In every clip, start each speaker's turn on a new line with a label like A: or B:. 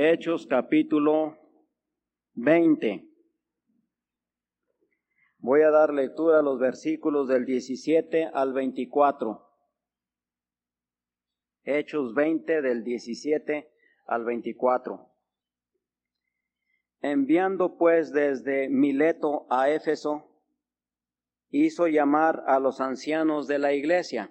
A: de Hechos, capítulo 20. Voy a dar lectura a los versículos del 17 al 24. Hechos 20, del 17 al 24. Enviando pues desde Mileto a Éfeso, hizo llamar a los ancianos de la iglesia.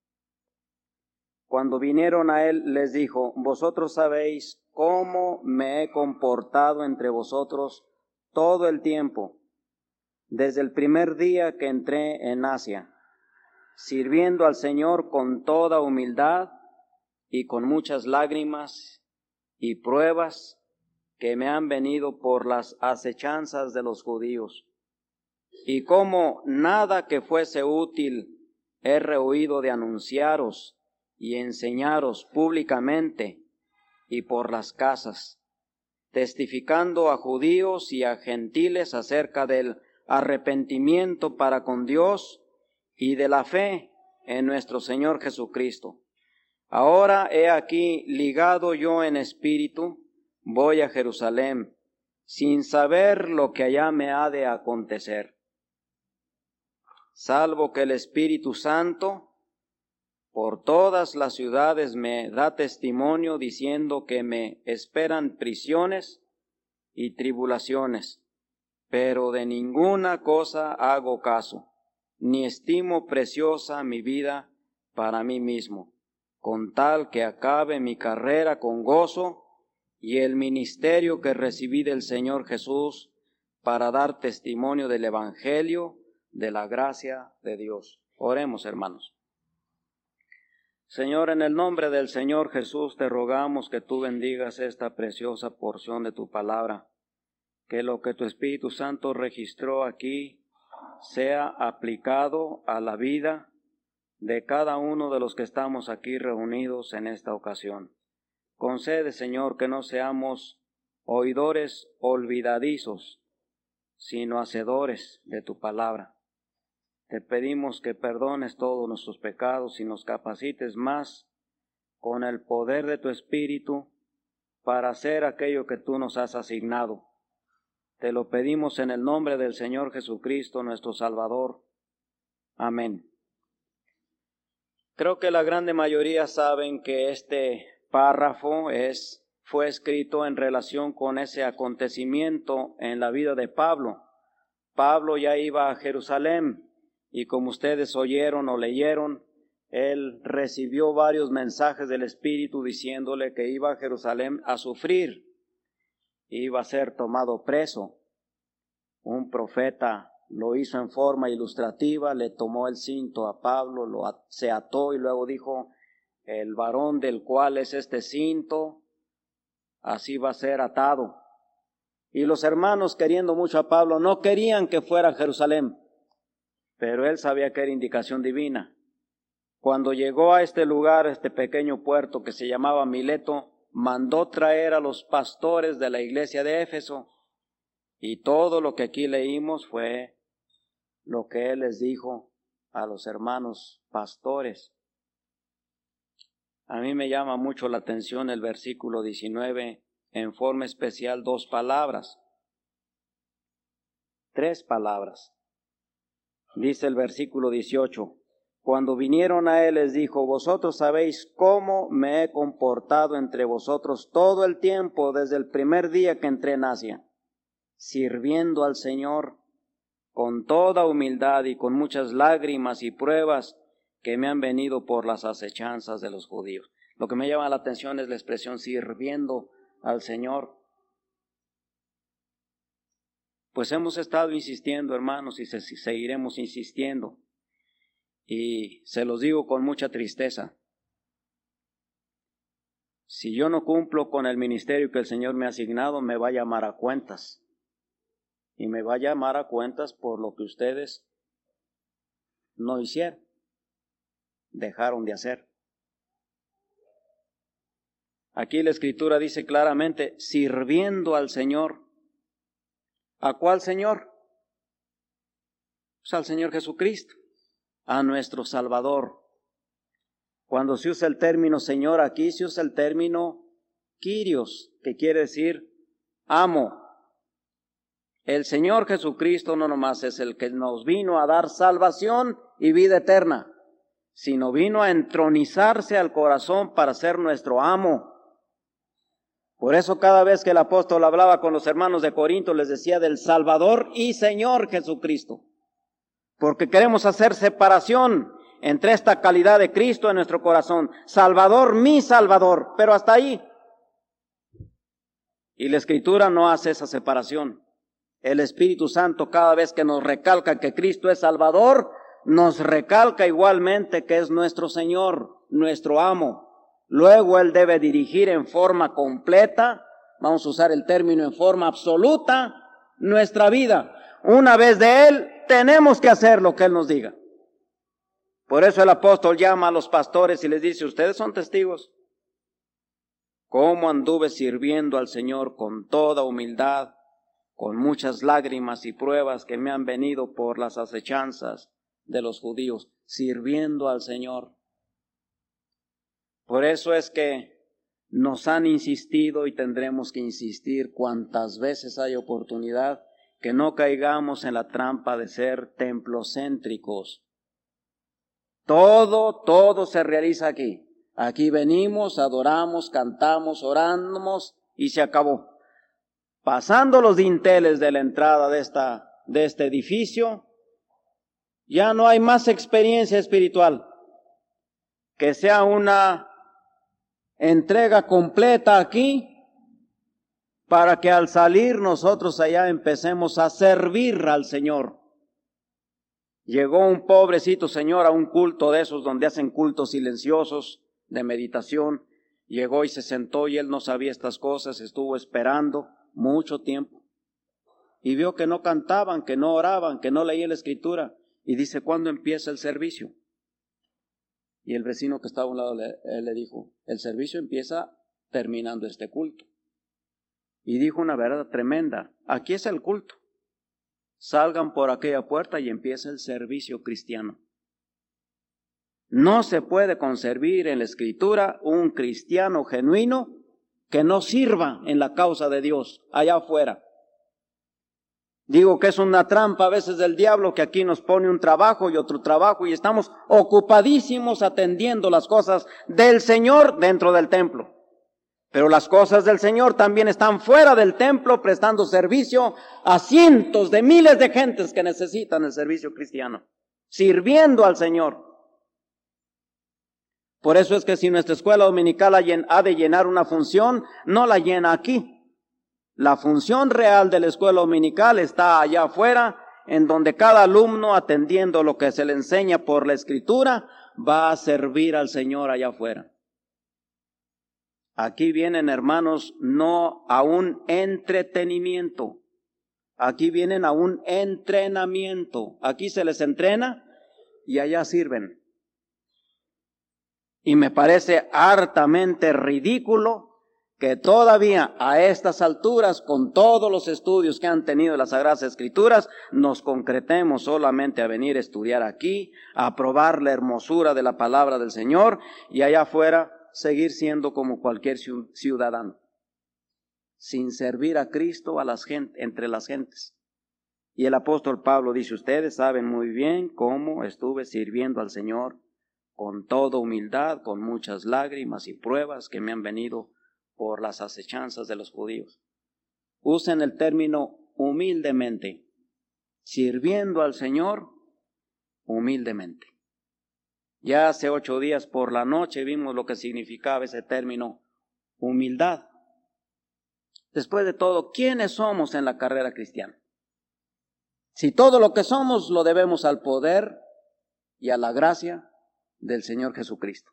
A: Cuando vinieron a él, les dijo: vosotros sabéis cómo me he comportado entre vosotros todo el tiempo, desde el primer día que entré en Asia, sirviendo al Señor con toda humildad y con muchas lágrimas y pruebas que me han venido por las asechanzas de los judíos. Y como nada que fuese útil he rehuido de anunciaros y enseñaros públicamente y por las casas, testificando a judíos y a gentiles acerca del arrepentimiento para con Dios y de la fe en nuestro Señor Jesucristo. Ahora he aquí, ligado yo en espíritu, voy a Jerusalén, sin saber lo que allá me ha de acontecer, salvo que el Espíritu Santo por todas las ciudades me da testimonio, diciendo que me esperan prisiones y tribulaciones, pero de ninguna cosa hago caso, ni estimo preciosa mi vida para mí mismo, con tal que acabe mi carrera con gozo y el ministerio que recibí del Señor Jesús para dar testimonio del Evangelio de la gracia de Dios. Oremos, hermanos. Señor, en el nombre del Señor Jesús te rogamos que tú bendigas esta preciosa porción de tu palabra, que lo que tu Espíritu Santo registró aquí sea aplicado a la vida de cada uno de los que estamos aquí reunidos en esta ocasión. Concede, Señor, que no seamos oidores olvidadizos, sino hacedores de tu palabra. Te pedimos que perdones todos nuestros pecados y nos capacites más con el poder de tu Espíritu para hacer aquello que tú nos has asignado. Te lo pedimos en el nombre del Señor Jesucristo, nuestro Salvador. Amén. Creo que la grande mayoría saben que este párrafo fue escrito en relación con ese acontecimiento en la vida de Pablo. Pablo ya iba a Jerusalén y, como ustedes oyeron o leyeron, él recibió varios mensajes del Espíritu diciéndole que iba a Jerusalén a sufrir, iba a ser tomado preso. Un profeta lo hizo en forma ilustrativa, le tomó el cinto a Pablo, se ató y luego dijo: el varón del cual es este cinto, así va a ser atado. Y los hermanos, queriendo mucho a Pablo, no querían que fuera a Jerusalén, pero él sabía que era indicación divina. Cuando llegó a este lugar, este pequeño puerto que se llamaba Mileto, mandó traer a los pastores de la iglesia de Éfeso, y todo lo que aquí leímos fue lo que él les dijo a los hermanos pastores. A mí me llama mucho la atención el versículo 19, en forma especial 2 palabras, 3 palabras. Dice el versículo 18, cuando vinieron a él les dijo: vosotros sabéis cómo me he comportado entre vosotros todo el tiempo desde el primer día que entré en Asia, sirviendo al Señor con toda humildad y con muchas lágrimas y pruebas que me han venido por las asechanzas de los judíos. Lo que me llama la atención es la expresión sirviendo al Señor. Pues hemos estado insistiendo, hermanos, y seguiremos insistiendo. Y se los digo con mucha tristeza. Si yo no cumplo con el ministerio que el Señor me ha asignado, me va a llamar a cuentas. Y me va a llamar a cuentas por lo que ustedes no hicieron, dejaron de hacer. Aquí la Escritura dice claramente: sirviendo al Señor. ¿A cuál Señor? Pues al Señor Jesucristo, a nuestro Salvador. Cuando se usa el término Señor aquí, se usa el término Kyrios, que quiere decir amo. El Señor Jesucristo no nomás es el que nos vino a dar salvación y vida eterna, sino vino a entronizarse al corazón para ser nuestro amo. Por eso cada vez que el apóstol hablaba con los hermanos de Corinto, les decía del Salvador y Señor Jesucristo. Porque queremos hacer separación entre esta calidad de Cristo en nuestro corazón. Salvador, mi Salvador, pero hasta ahí. Y la Escritura no hace esa separación. El Espíritu Santo, cada vez que nos recalca que Cristo es Salvador, nos recalca igualmente que es nuestro Señor, nuestro amo. Luego Él debe dirigir en forma completa, vamos a usar el término en forma absoluta, nuestra vida. Una vez de Él, tenemos que hacer lo que Él nos diga. Por eso el apóstol llama a los pastores y les dice, ustedes son testigos. Cómo anduve sirviendo al Señor con toda humildad, con muchas lágrimas y pruebas que me han venido por las acechanzas de los judíos, sirviendo al Señor. Por eso es que nos han insistido y tendremos que insistir cuantas veces hay oportunidad, que no caigamos en la trampa de ser templocéntricos. Todo se realiza aquí. Aquí venimos, adoramos, cantamos, oramos y se acabó. Pasando los dinteles de la entrada de este edificio, ya no hay más experiencia espiritual. Que sea una entrega completa aquí, para que al salir nosotros allá empecemos a servir al Señor. Llegó un pobrecito señor a un culto de esos donde hacen cultos silenciosos de meditación. Llegó y se sentó y él no sabía estas cosas, estuvo esperando mucho tiempo. Y vio que no cantaban, que no oraban, que no leían la Escritura. Y dice, ¿cuándo empieza el servicio? Y el vecino que estaba a un lado le dijo, el servicio empieza terminando este culto. Y dijo una verdad tremenda, aquí es el culto. Salgan por aquella puerta y empieza el servicio cristiano. No se puede concebir en la Escritura un cristiano genuino que no sirva en la causa de Dios allá afuera. Digo que es una trampa a veces del diablo, que aquí nos pone un trabajo y otro trabajo y estamos ocupadísimos atendiendo las cosas del Señor dentro del templo. Pero las cosas del Señor también están fuera del templo, prestando servicio a cientos de miles de gentes que necesitan el servicio cristiano, sirviendo al Señor. Por eso es que si nuestra escuela dominical ha de llenar una función, no la llena aquí. La función real de la escuela dominical está allá afuera, en donde cada alumno, atendiendo lo que se le enseña por la Escritura, va a servir al Señor allá afuera. Aquí vienen, hermanos, no a un entretenimiento. Aquí vienen a un entrenamiento. Aquí se les entrena y allá sirven. Y me parece hartamente ridículo que todavía a estas alturas, con todos los estudios que han tenido las Sagradas Escrituras, nos concretemos solamente a venir a estudiar aquí, a probar la hermosura de la palabra del Señor y allá afuera seguir siendo como cualquier ciudadano, sin servir a Cristo entre las gentes. Y el apóstol Pablo dice, ustedes saben muy bien cómo estuve sirviendo al Señor con toda humildad, con muchas lágrimas y pruebas que me han venido por las acechanzas de los judíos. Usen el término humildemente, sirviendo al Señor humildemente. Ya hace 8 días por la noche vimos lo que significaba ese término humildad. Después de todo, ¿quiénes somos en la carrera cristiana? Si todo lo que somos lo debemos al poder y a la gracia del Señor Jesucristo.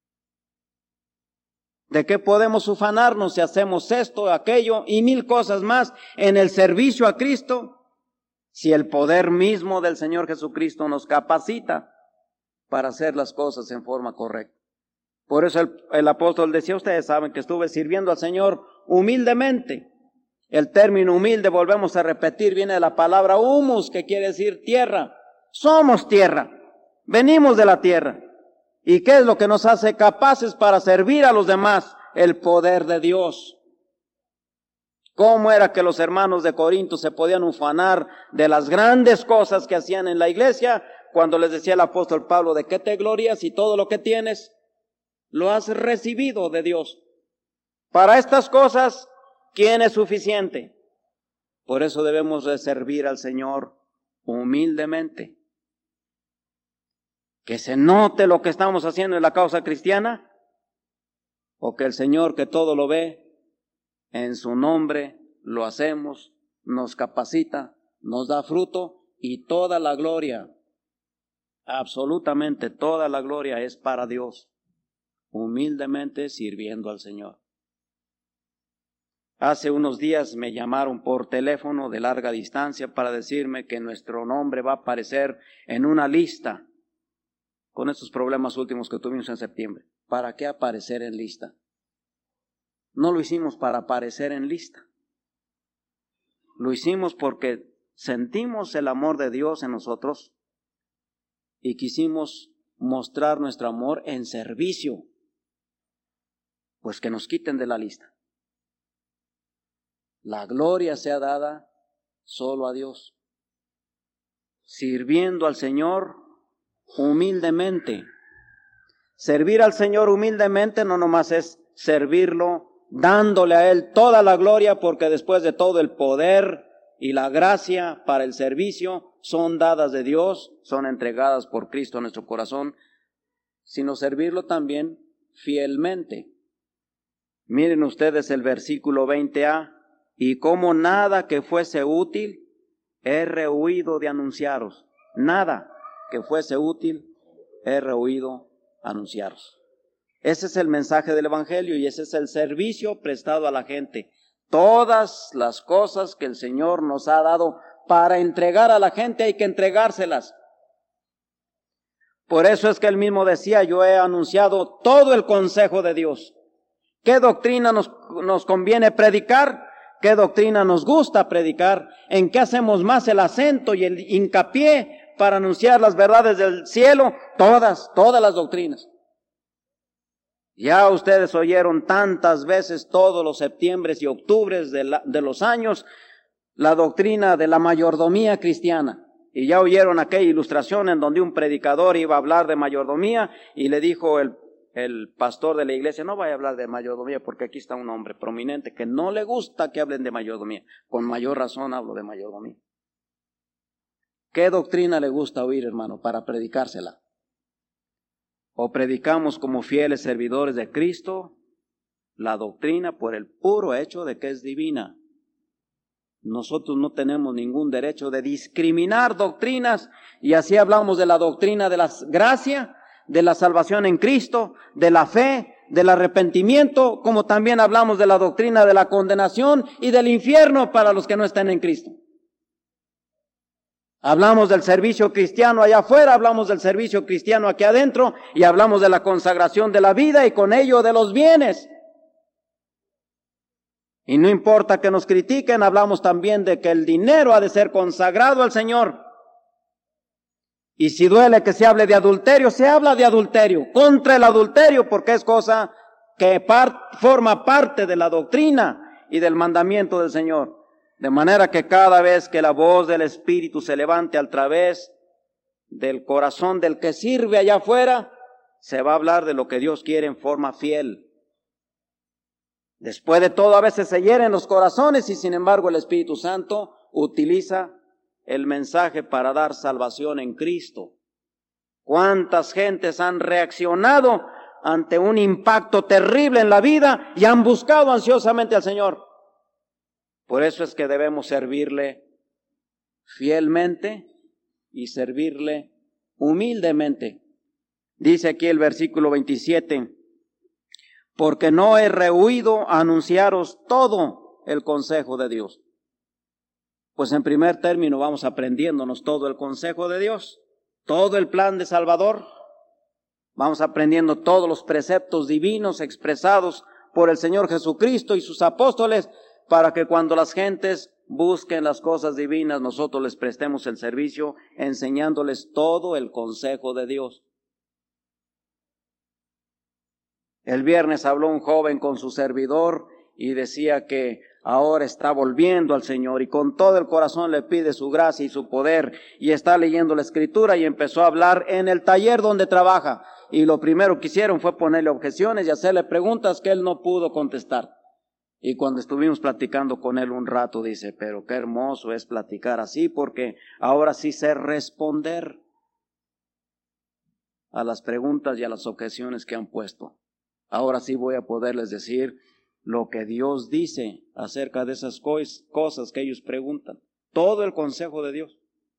A: ¿De qué podemos ufanarnos si hacemos esto, aquello y 1000 cosas más en el servicio a Cristo? Si el poder mismo del Señor Jesucristo nos capacita para hacer las cosas en forma correcta. Por eso el apóstol decía, ustedes saben que estuve sirviendo al Señor humildemente. El término humilde, volvemos a repetir, viene de la palabra humus, que quiere decir tierra. Somos tierra, venimos de la tierra. ¿Y qué es lo que nos hace capaces para servir a los demás el poder de Dios. ¿Cómo era que los hermanos de Corinto se podían ufanar de las grandes cosas que hacían en la iglesia? Cuando les decía el apóstol Pablo, ¿de qué te glorias y todo lo que tienes lo has recibido de Dios? Para estas cosas, ¿quién es suficiente? Por eso debemos de servir al Señor humildemente. Que se note lo que estamos haciendo en la causa cristiana, o que el Señor, que todo lo ve, en su nombre lo hacemos, nos capacita, nos da fruto, y toda la gloria, absolutamente toda la gloria es para Dios, humildemente sirviendo al Señor. Hace unos días me llamaron por teléfono de larga distancia para decirme que nuestro nombre va a aparecer en una lista con estos problemas últimos que tuvimos en septiembre. ¿Para qué aparecer en lista? No lo hicimos para aparecer en lista. Lo hicimos porque sentimos el amor de Dios en nosotros y quisimos mostrar nuestro amor en servicio. Pues que nos quiten de la lista. La gloria sea dada solo a Dios. Sirviendo al Señor humildemente. Servir al Señor humildemente no nomás es servirlo dándole a Él toda la gloria, porque después de todo el poder y la gracia para el servicio son dadas de Dios, son entregadas por Cristo a nuestro corazón, sino servirlo también fielmente. Miren ustedes el versículo 20a, y como nada que fuese útil, he rehuido de anunciaros. Nada que fuese útil, he rehuido anunciaros. Ese es el mensaje del Evangelio y ese es el servicio prestado a la gente. Todas las cosas que el Señor nos ha dado para entregar a la gente hay que entregárselas. Por eso es que Él mismo decía, yo he anunciado todo el consejo de Dios. ¿Qué doctrina nos conviene predicar? ¿Qué doctrina nos gusta predicar? ¿En qué hacemos más el acento y el hincapié para anunciar las verdades del cielo? Todas las doctrinas. Ya ustedes oyeron tantas veces todos los septiembres y octubres de los años la doctrina de la mayordomía cristiana. Y ya oyeron aquella ilustración en donde un predicador iba a hablar de mayordomía y le dijo el pastor de la iglesia, no vaya a hablar de mayordomía porque aquí está un hombre prominente que no le gusta que hablen de mayordomía. Con mayor razón hablo de mayordomía. ¿Qué doctrina le gusta oír, hermano, para predicársela? O predicamos como fieles servidores de Cristo la doctrina por el puro hecho de que es divina. Nosotros no tenemos ningún derecho de discriminar doctrinas, y así hablamos de la doctrina de la gracia, de la salvación en Cristo, de la fe, del arrepentimiento, como también hablamos de la doctrina de la condenación y del infierno para los que no están en Cristo. Hablamos del servicio cristiano allá afuera, hablamos del servicio cristiano aquí adentro y hablamos de la consagración de la vida y con ello de los bienes. Y no importa que nos critiquen, hablamos también de que el dinero ha de ser consagrado al Señor. Y si duele que se hable de adulterio, se habla de adulterio, contra el adulterio, porque es cosa que forma parte de la doctrina y del mandamiento del Señor. De manera que cada vez que la voz del Espíritu se levante a través del corazón del que sirve allá afuera, se va a hablar de lo que Dios quiere en forma fiel. Después de todo, a veces se hieren los corazones y sin embargo el Espíritu Santo utiliza el mensaje para dar salvación en Cristo. ¿Cuántas gentes han reaccionado ante un impacto terrible en la vida y han buscado ansiosamente al Señor? Por eso es que debemos servirle fielmente y servirle humildemente. Dice aquí el versículo 27, porque no he rehuido a anunciaros todo el consejo de Dios. Pues en primer término vamos aprendiéndonos todo el consejo de Dios, todo el plan de Salvador. Vamos aprendiendo todos los preceptos divinos expresados por el Señor Jesucristo y sus apóstoles, para que cuando las gentes busquen las cosas divinas, nosotros les prestemos el servicio, enseñándoles todo el consejo de Dios. El viernes habló un joven con su servidor y decía que ahora está volviendo al Señor y con todo el corazón le pide su gracia y su poder, y está leyendo la Escritura, y empezó a hablar en el taller donde trabaja, y lo primero que hicieron fue ponerle objeciones y hacerle preguntas que él no pudo contestar. Y cuando estuvimos platicando con él un rato, dice, pero qué hermoso es platicar así, porque ahora sí sé responder a las preguntas y a las objeciones que han puesto. Ahora sí voy a poderles decir lo que Dios dice acerca de esas cosas que ellos preguntan. Todo el consejo de Dios.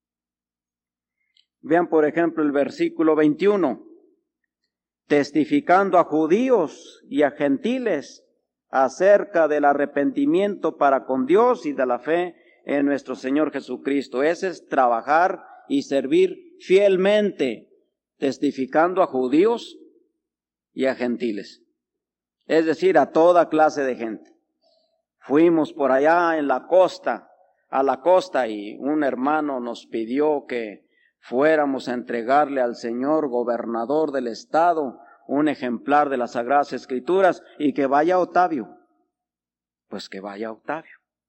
A: Vean por ejemplo el versículo 21. Testificando a judíos y a gentiles acerca del arrepentimiento para con Dios y de la fe en nuestro Señor Jesucristo. Ese es trabajar y servir fielmente, testificando a judíos y a gentiles. Es decir, a toda clase de gente. Fuimos por allá a la costa, y un hermano nos pidió que fuéramos a entregarle al señor gobernador del estado un ejemplar de las Sagradas Escrituras, y que vaya Octavio. Pues que vaya Octavio.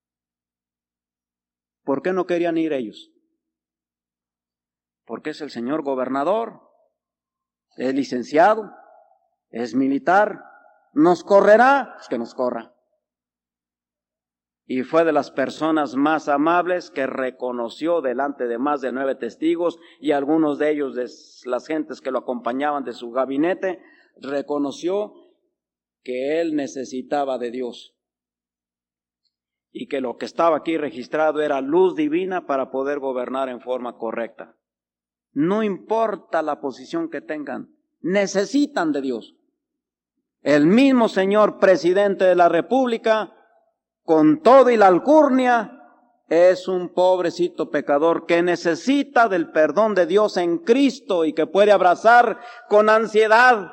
A: ¿Por qué no querían ir ellos? Porque es el señor gobernador, es licenciado, es militar, ¿nos correrá? Pues que nos corra. Y fue de las personas más amables que reconoció delante de más de 9 testigos, y algunos de ellos, de las gentes que lo acompañaban de su gabinete, reconoció que él necesitaba de Dios y que lo que estaba aquí registrado era luz divina para poder gobernar en forma correcta. No importa la posición que tengan, necesitan de Dios. El mismo señor presidente de la República, con todo y la alcurnia, es un pobrecito pecador que necesita del perdón de Dios en Cristo y que puede abrazar con ansiedad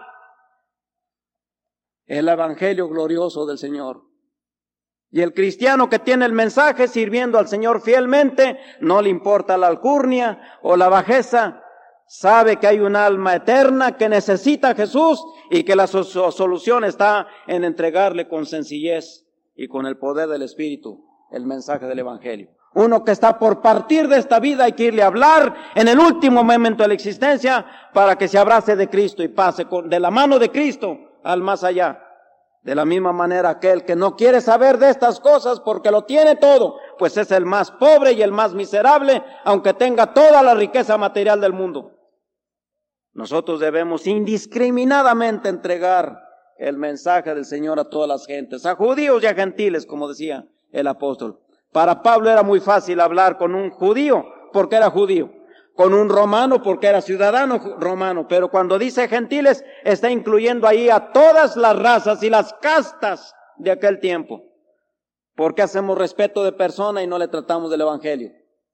A: el evangelio glorioso del Señor. Y el cristiano que tiene el mensaje sirviendo al Señor fielmente, no le importa la alcurnia o la bajeza, sabe que hay un alma eterna que necesita a Jesús y que la solución está en entregarle con sencillez y con el poder del Espíritu el mensaje del Evangelio. Uno que está por partir de esta vida, hay que irle a hablar en el último momento de la existencia para que se abrace de Cristo y pase de la mano de Cristo al más allá. De la misma manera, aquel que no quiere saber de estas cosas porque lo tiene todo, pues es el más pobre y el más miserable, aunque tenga toda la riqueza material del mundo. Nosotros debemos indiscriminadamente entregar el mensaje del Señor a todas las gentes, a judíos y a gentiles, como decía el apóstol. Para Pablo era muy fácil hablar con un judío porque era judío, con un romano porque era ciudadano romano, pero cuando dice gentiles está incluyendo ahí a todas las razas y las castas de aquel tiempo. ¿Por qué hacemos respeto de persona y no le tratamos del evangelio?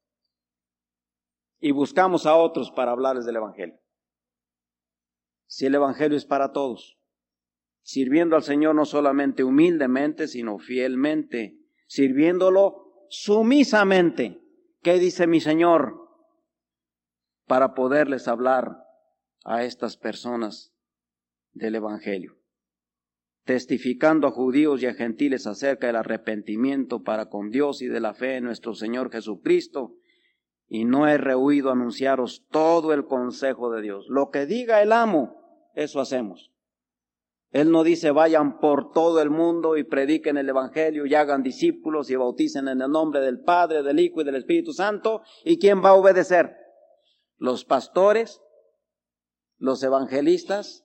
A: Y buscamos a otros para hablarles del evangelio. Si el evangelio es para todos, sirviendo al Señor no solamente humildemente, sino fielmente, sirviéndolo sumisamente. ¿Qué dice mi Señor? Para poderles hablar a estas personas del evangelio, testificando a judíos y a gentiles acerca del arrepentimiento para con Dios y de la fe en nuestro Señor Jesucristo. Y no he rehuido anunciaros todo el consejo de Dios. Lo que diga el amo, eso hacemos. Él no dice vayan por todo el mundo y prediquen el evangelio y hagan discípulos y bauticen en el nombre del Padre, del Hijo y del Espíritu Santo. ¿Y quién va a obedecer? ¿Los pastores? ¿Los evangelistas?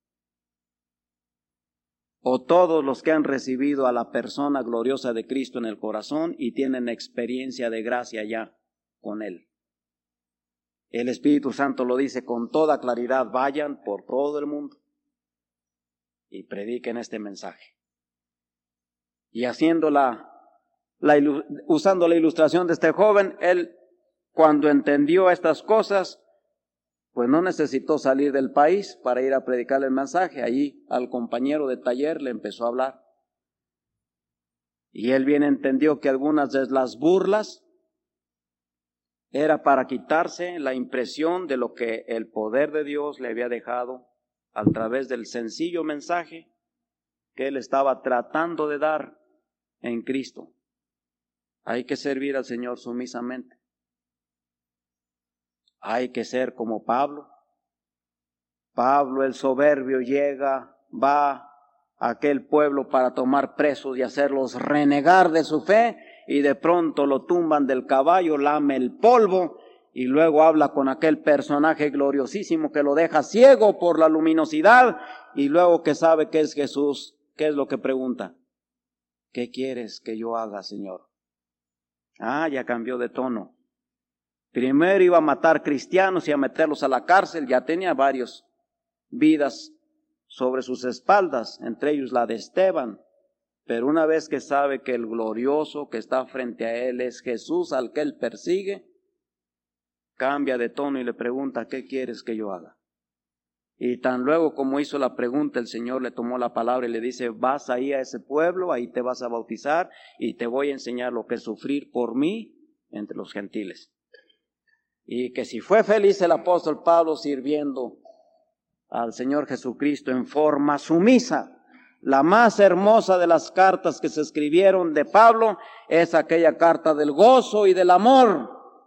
A: ¿O todos los que han recibido a la persona gloriosa de Cristo en el corazón y tienen experiencia de gracia ya con Él? El Espíritu Santo lo dice con toda claridad: vayan por todo el mundo y prediquen este mensaje. Y usando la ilustración de este joven, él, cuando entendió estas cosas, pues no necesitó salir del país para ir a predicar el mensaje. Allí al compañero de taller le empezó a hablar. Y él bien entendió que algunas de las burlas era para quitarse la impresión de lo que el poder de Dios le había dejado a través del sencillo mensaje que él estaba tratando de dar en Cristo. Hay que servir al Señor sumisamente. Hay que ser como Pablo. Pablo el soberbio llega, va a aquel pueblo para tomar presos y hacerlos renegar de su fe, y de pronto lo tumban del caballo, lame el polvo, y luego habla con aquel personaje gloriosísimo que lo deja ciego por la luminosidad, y luego que sabe que es Jesús, ¿qué es lo que pregunta? ¿Qué quieres que yo haga, Señor? Ya cambió de tono. Primero iba a matar cristianos y a meterlos a la cárcel, ya tenía varias vidas sobre sus espaldas, entre ellos la de Esteban. Pero una vez que sabe que el glorioso que está frente a él es Jesús al que él persigue, cambia de tono y le pregunta, ¿qué quieres que yo haga? Y tan luego como hizo la pregunta, el Señor le tomó la palabra y le dice, vas ahí a ese pueblo, ahí te vas a bautizar y te voy a enseñar lo que es sufrir por mí entre los gentiles. Y que si fue feliz el apóstol Pablo sirviendo al Señor Jesucristo en forma sumisa, la más hermosa de las cartas que se escribieron de Pablo es aquella carta del gozo y del amor,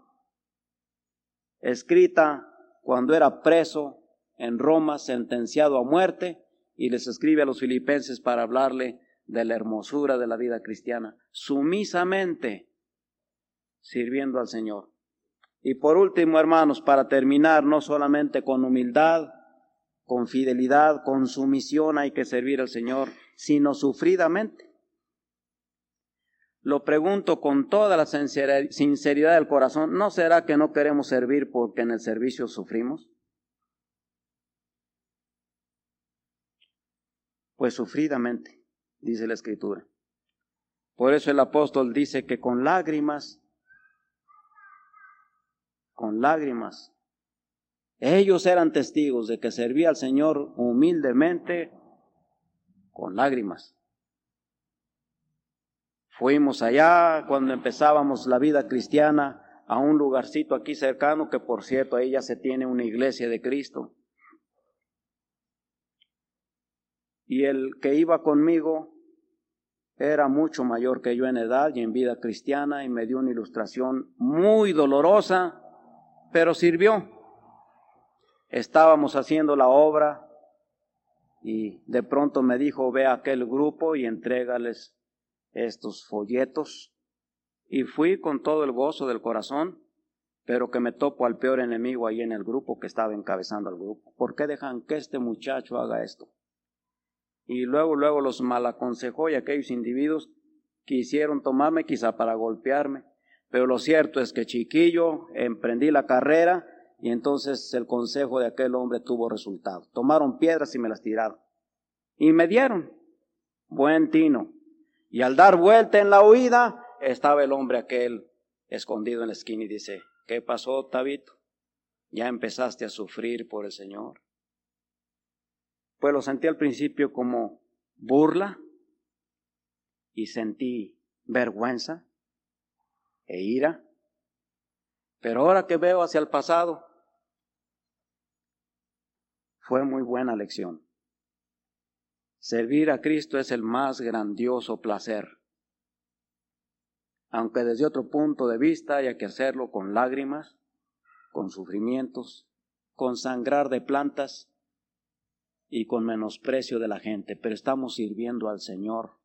A: escrita cuando era preso en Roma, sentenciado a muerte, y les escribe a los filipenses para hablarle de la hermosura de la vida cristiana, sumisamente sirviendo al Señor. Y por último, hermanos, para terminar, no solamente con humildad, con fidelidad, con sumisión hay que servir al Señor, sino sufridamente. Lo pregunto con toda la sinceridad del corazón, ¿no será que no queremos servir porque en el servicio sufrimos? Pues sufridamente, dice la Escritura. Por eso el apóstol dice que con lágrimas, ellos eran testigos de que servía al Señor humildemente, con lágrimas. Fuimos allá cuando empezábamos la vida cristiana a un lugarcito aquí cercano, que por cierto ahí ya se tiene una iglesia de Cristo. Y el que iba conmigo era mucho mayor que yo en edad y en vida cristiana, y me dio una ilustración muy dolorosa, pero sirvió. Estábamos haciendo la obra y de pronto me dijo, ve a aquel grupo y entrégales estos folletos. Y fui con todo el gozo del corazón, pero que me topo al peor enemigo ahí en el grupo, que estaba encabezando al grupo. ¿Por qué dejan que este muchacho haga esto? Y luego los malaconsejó, y aquellos individuos quisieron tomarme quizá para golpearme. Pero lo cierto es que chiquillo, emprendí la carrera, y entonces el consejo de aquel hombre tuvo resultado. Tomaron piedras y me las tiraron. Y me dieron buen tino. Y al dar vuelta en la huida, estaba el hombre aquel escondido en la esquina y dice, ¿qué pasó, Tabito? ¿Ya empezaste a sufrir por el Señor? Pues lo sentí al principio como burla, y sentí vergüenza e ira. Pero ahora que veo hacia el pasado, fue muy buena lección. Servir a Cristo es el más grandioso placer. Aunque desde otro punto de vista haya que hacerlo con lágrimas, con sufrimientos, con sangrar de plantas y con menosprecio de la gente, pero estamos sirviendo al Señor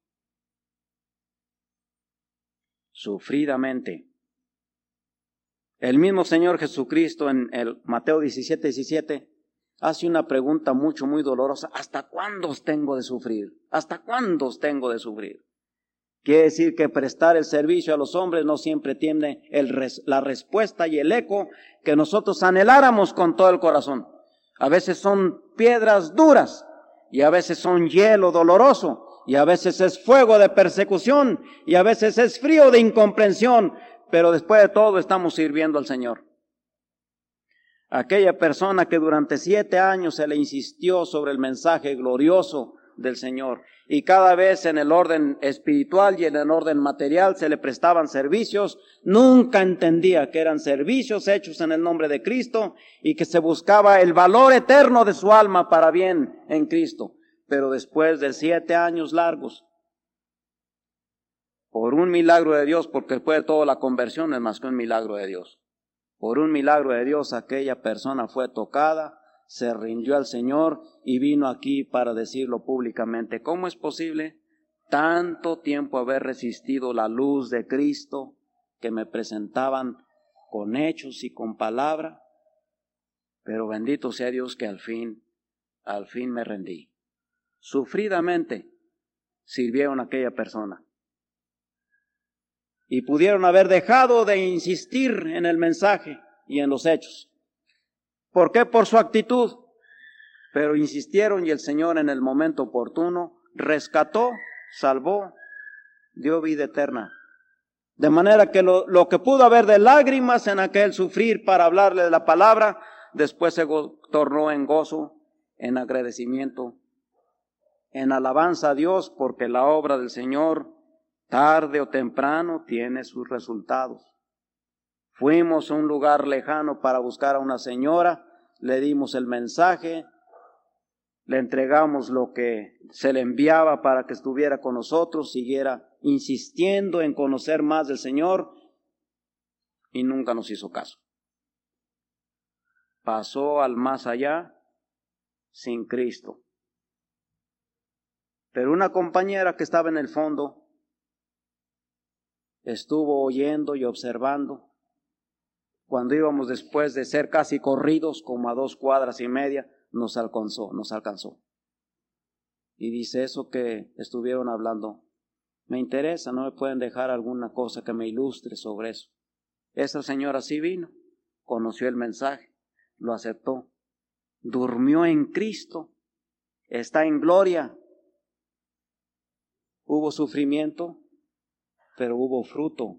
A: sufridamente. El mismo Señor Jesucristo en el Mateo 17:17 hace una pregunta muy dolorosa. ¿Hasta cuándo os tengo de sufrir? ¿Hasta cuándo os tengo de sufrir? Quiere decir que prestar el servicio a los hombres no siempre tiene la respuesta y el eco que nosotros anheláramos con todo el corazón. A veces son piedras duras, y a veces son hielo doloroso, y a veces es fuego de persecución, y a veces es frío de incomprensión, pero después de todo estamos sirviendo al Señor. Aquella persona que durante 7 años se le insistió sobre el mensaje glorioso del Señor, y cada vez en el orden espiritual y en el orden material se le prestaban servicios, nunca entendía que eran servicios hechos en el nombre de Cristo y que se buscaba el valor eterno de su alma para bien en Cristo. pero después de 7 años largos, por un milagro de Dios, porque después de todo la conversión es más que un milagro de Dios. Por un milagro de Dios aquella persona fue tocada, se rindió al Señor y vino aquí para decirlo públicamente. ¿Cómo es posible tanto tiempo haber resistido la luz de Cristo que me presentaban con hechos y con palabra? Pero bendito sea Dios que al fin me rendí. Sufridamente sirvieron a aquella persona. Y pudieron haber dejado de insistir en el mensaje y en los hechos. ¿Por qué? Por su actitud. Pero insistieron y el Señor en el momento oportuno rescató, salvó, dio vida eterna. De manera que lo que pudo haber de lágrimas en aquel sufrir para hablarle de la palabra, después se tornó en gozo, en agradecimiento, en alabanza a Dios, porque la obra del Señor tarde o temprano tiene sus resultados. Fuimos a un lugar lejano para buscar a una señora, le dimos el mensaje, le entregamos lo que se le enviaba para que estuviera con nosotros, siguiera insistiendo en conocer más del Señor y nunca nos hizo caso. Pasó al más allá sin Cristo. Pero una compañera que estaba en el fondo estuvo oyendo y observando. Cuando íbamos después de ser casi corridos, como a 2 cuadras y media, nos alcanzó. Y dice, eso que estuvieron hablando, me interesa, ¿no me pueden dejar alguna cosa que me ilustre sobre eso? Esa señora sí vino, conoció el mensaje, lo aceptó, durmió en Cristo, está en gloria. Hubo sufrimiento, pero hubo fruto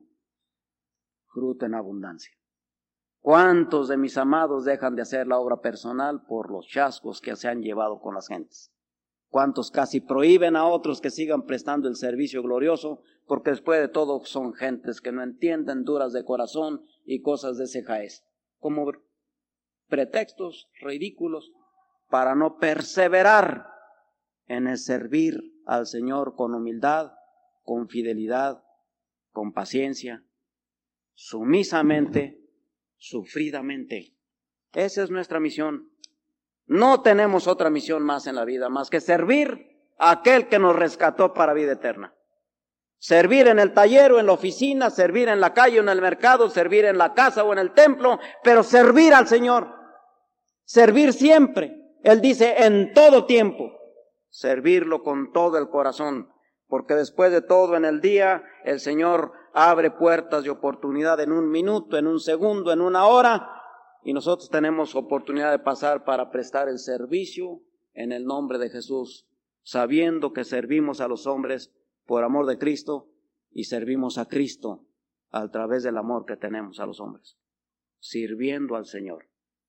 A: en abundancia. ¿Cuántos de mis amados dejan de hacer la obra personal por los chascos que se han llevado con las gentes? ¿Cuántos casi prohíben a otros que sigan prestando el servicio glorioso? Porque después de todo son gentes que no entienden, duras de corazón y cosas de ese jaez, como pretextos ridículos para no perseverar en el servir al Señor con humildad, con fidelidad, con paciencia, sumisamente, sufridamente. Esa es nuestra misión. No tenemos otra misión más en la vida, más que servir a aquel que nos rescató para vida eterna. Servir en el taller o en la oficina, servir en la calle o en el mercado, servir en la casa o en el templo, pero servir al Señor. Servir siempre. Él dice en todo tiempo, servirlo con todo el corazón, porque después de todo en el día el Señor abre puertas de oportunidad en 1 minuto, en 1 segundo, en 1 hora, y nosotros tenemos oportunidad de pasar para prestar el servicio en el nombre de Jesús, sabiendo que servimos a los hombres por amor de Cristo y servimos a Cristo a través del amor que tenemos a los hombres, sirviendo al Señor.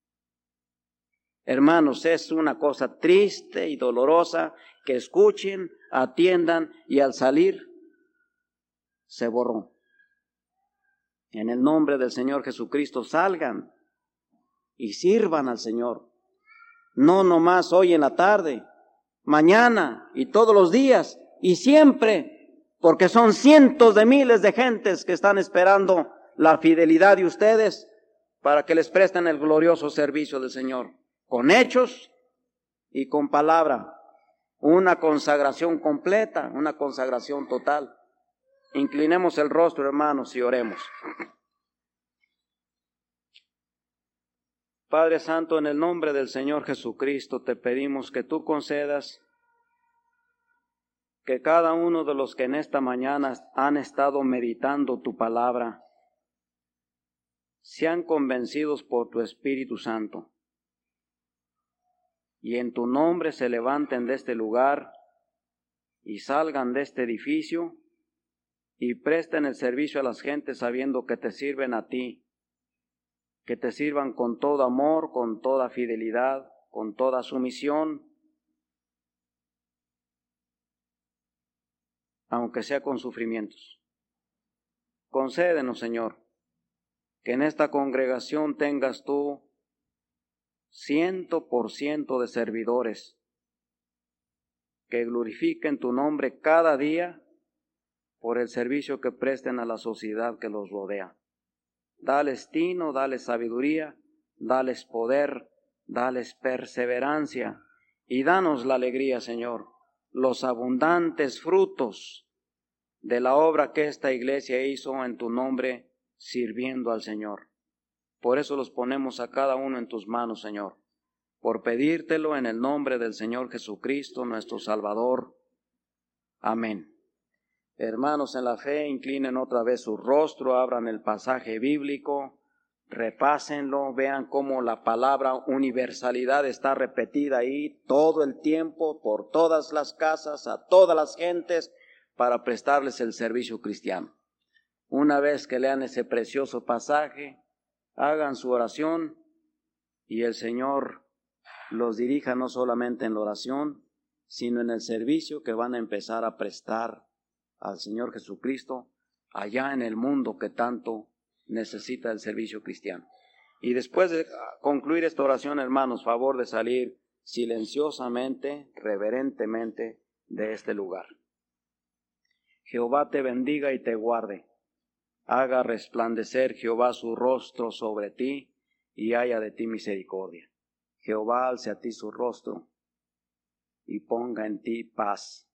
A: Hermanos, es una cosa triste y dolorosa que escuchen, atiendan y al salir se borró. En el nombre del Señor Jesucristo salgan y sirvan al Señor. No nomás hoy en la tarde, mañana y todos los días y siempre, porque son cientos de miles de gentes que están esperando la fidelidad de ustedes para que les presten el glorioso servicio del Señor, con hechos y con palabra, una consagración completa, una consagración total. Inclinemos el rostro, hermanos, y oremos. Padre Santo, en el nombre del Señor Jesucristo, te pedimos que tú concedas que cada uno de los que en esta mañana han estado meditando tu palabra, sean convencidos por tu Espíritu Santo, y en tu nombre se levanten de este lugar y salgan de este edificio y presten el servicio a las gentes sabiendo que te sirven a ti, que te sirvan con todo amor, con toda fidelidad, con toda sumisión, aunque sea con sufrimientos. Concédenos, Señor, que en esta congregación tengas tú 100% de servidores, que glorifiquen tu nombre cada día por el servicio que presten a la sociedad que los rodea. Dales tino, dales sabiduría, dales poder, dales perseverancia y danos la alegría, Señor, los abundantes frutos de la obra que esta iglesia hizo en tu nombre, sirviendo al Señor. Por eso los ponemos a cada uno en tus manos, Señor, por pedírtelo en el nombre del Señor Jesucristo, nuestro Salvador. Amén. Hermanos en la fe, inclinen otra vez su rostro, abran el pasaje bíblico, repásenlo, vean cómo la palabra universalidad está repetida ahí todo el tiempo, por todas las casas, a todas las gentes, para prestarles el servicio cristiano. Una vez que lean ese precioso pasaje, hagan su oración y el Señor los dirija no solamente en la oración, sino en el servicio que van a empezar a prestar al Señor Jesucristo allá en el mundo que tanto necesita el servicio cristiano. Y después de concluir esta oración, hermanos, favor de salir silenciosamente, reverentemente de este lugar. Jehová te bendiga y te guarde. Haga resplandecer Jehová su rostro sobre ti y haya de ti misericordia. Jehová alce a ti su rostro y ponga en ti paz.